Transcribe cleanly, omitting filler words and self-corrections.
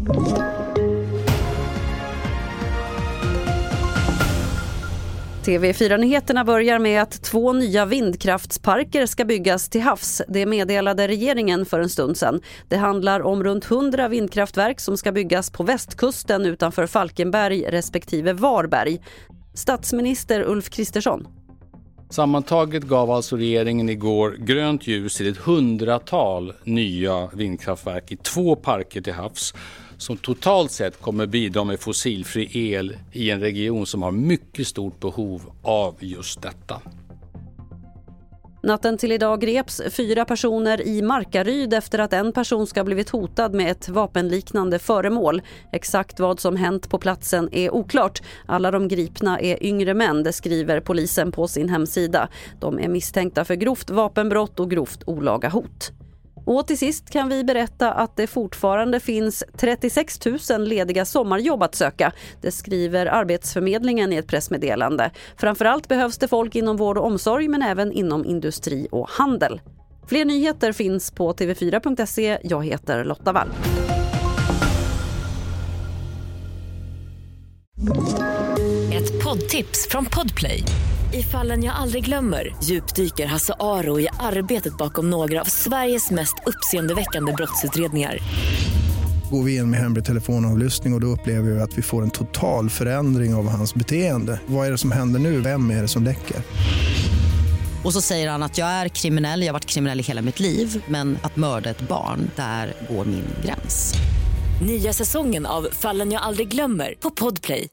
TV4-nyheterna börjar med att 2 nya vindkraftsparker ska byggas till havs. Det meddelade regeringen för en stund sedan. Det handlar om runt 100 vindkraftverk som ska byggas på västkusten utanför Falkenberg respektive Varberg. Statsminister Ulf Kristersson. Sammantaget gav alltså regeringen igår grönt ljus till ett 100-tal nya vindkraftverk i 2 parker till havs som totalt sett kommer bidra med fossilfri el i en region som har mycket stort behov av just detta. Natten till idag greps 4 personer i Markaryd efter att en person ska ha blivit hotad med ett vapenliknande föremål. Exakt vad som hänt på platsen är oklart. Alla de gripna är yngre män, det skriver polisen på sin hemsida. De är misstänkta för grovt vapenbrott och grovt olaga hot. Och till sist kan vi berätta att det fortfarande finns 36 000 lediga sommarjobb att söka. Det skriver Arbetsförmedlingen i ett pressmeddelande. Framförallt behövs det folk inom vård och omsorg men även inom industri och handel. Fler nyheter finns på tv4.se. Jag heter Lotta Wall. Ett poddtips från Podplay. I Fallen jag aldrig glömmer djupdyker Hasse Aro i arbetet bakom några av Sveriges mest uppseendeväckande brottsutredningar. Går vi in med hemlig telefonavlyssning och då upplever vi att vi får en total förändring av hans beteende. Vad är det som händer nu? Vem är det som läcker? Och så säger han att jag är kriminell, jag har varit kriminell i hela mitt liv. Men att mörda ett barn, där går min gräns. Nya säsongen av Fallen jag aldrig glömmer på Podplay.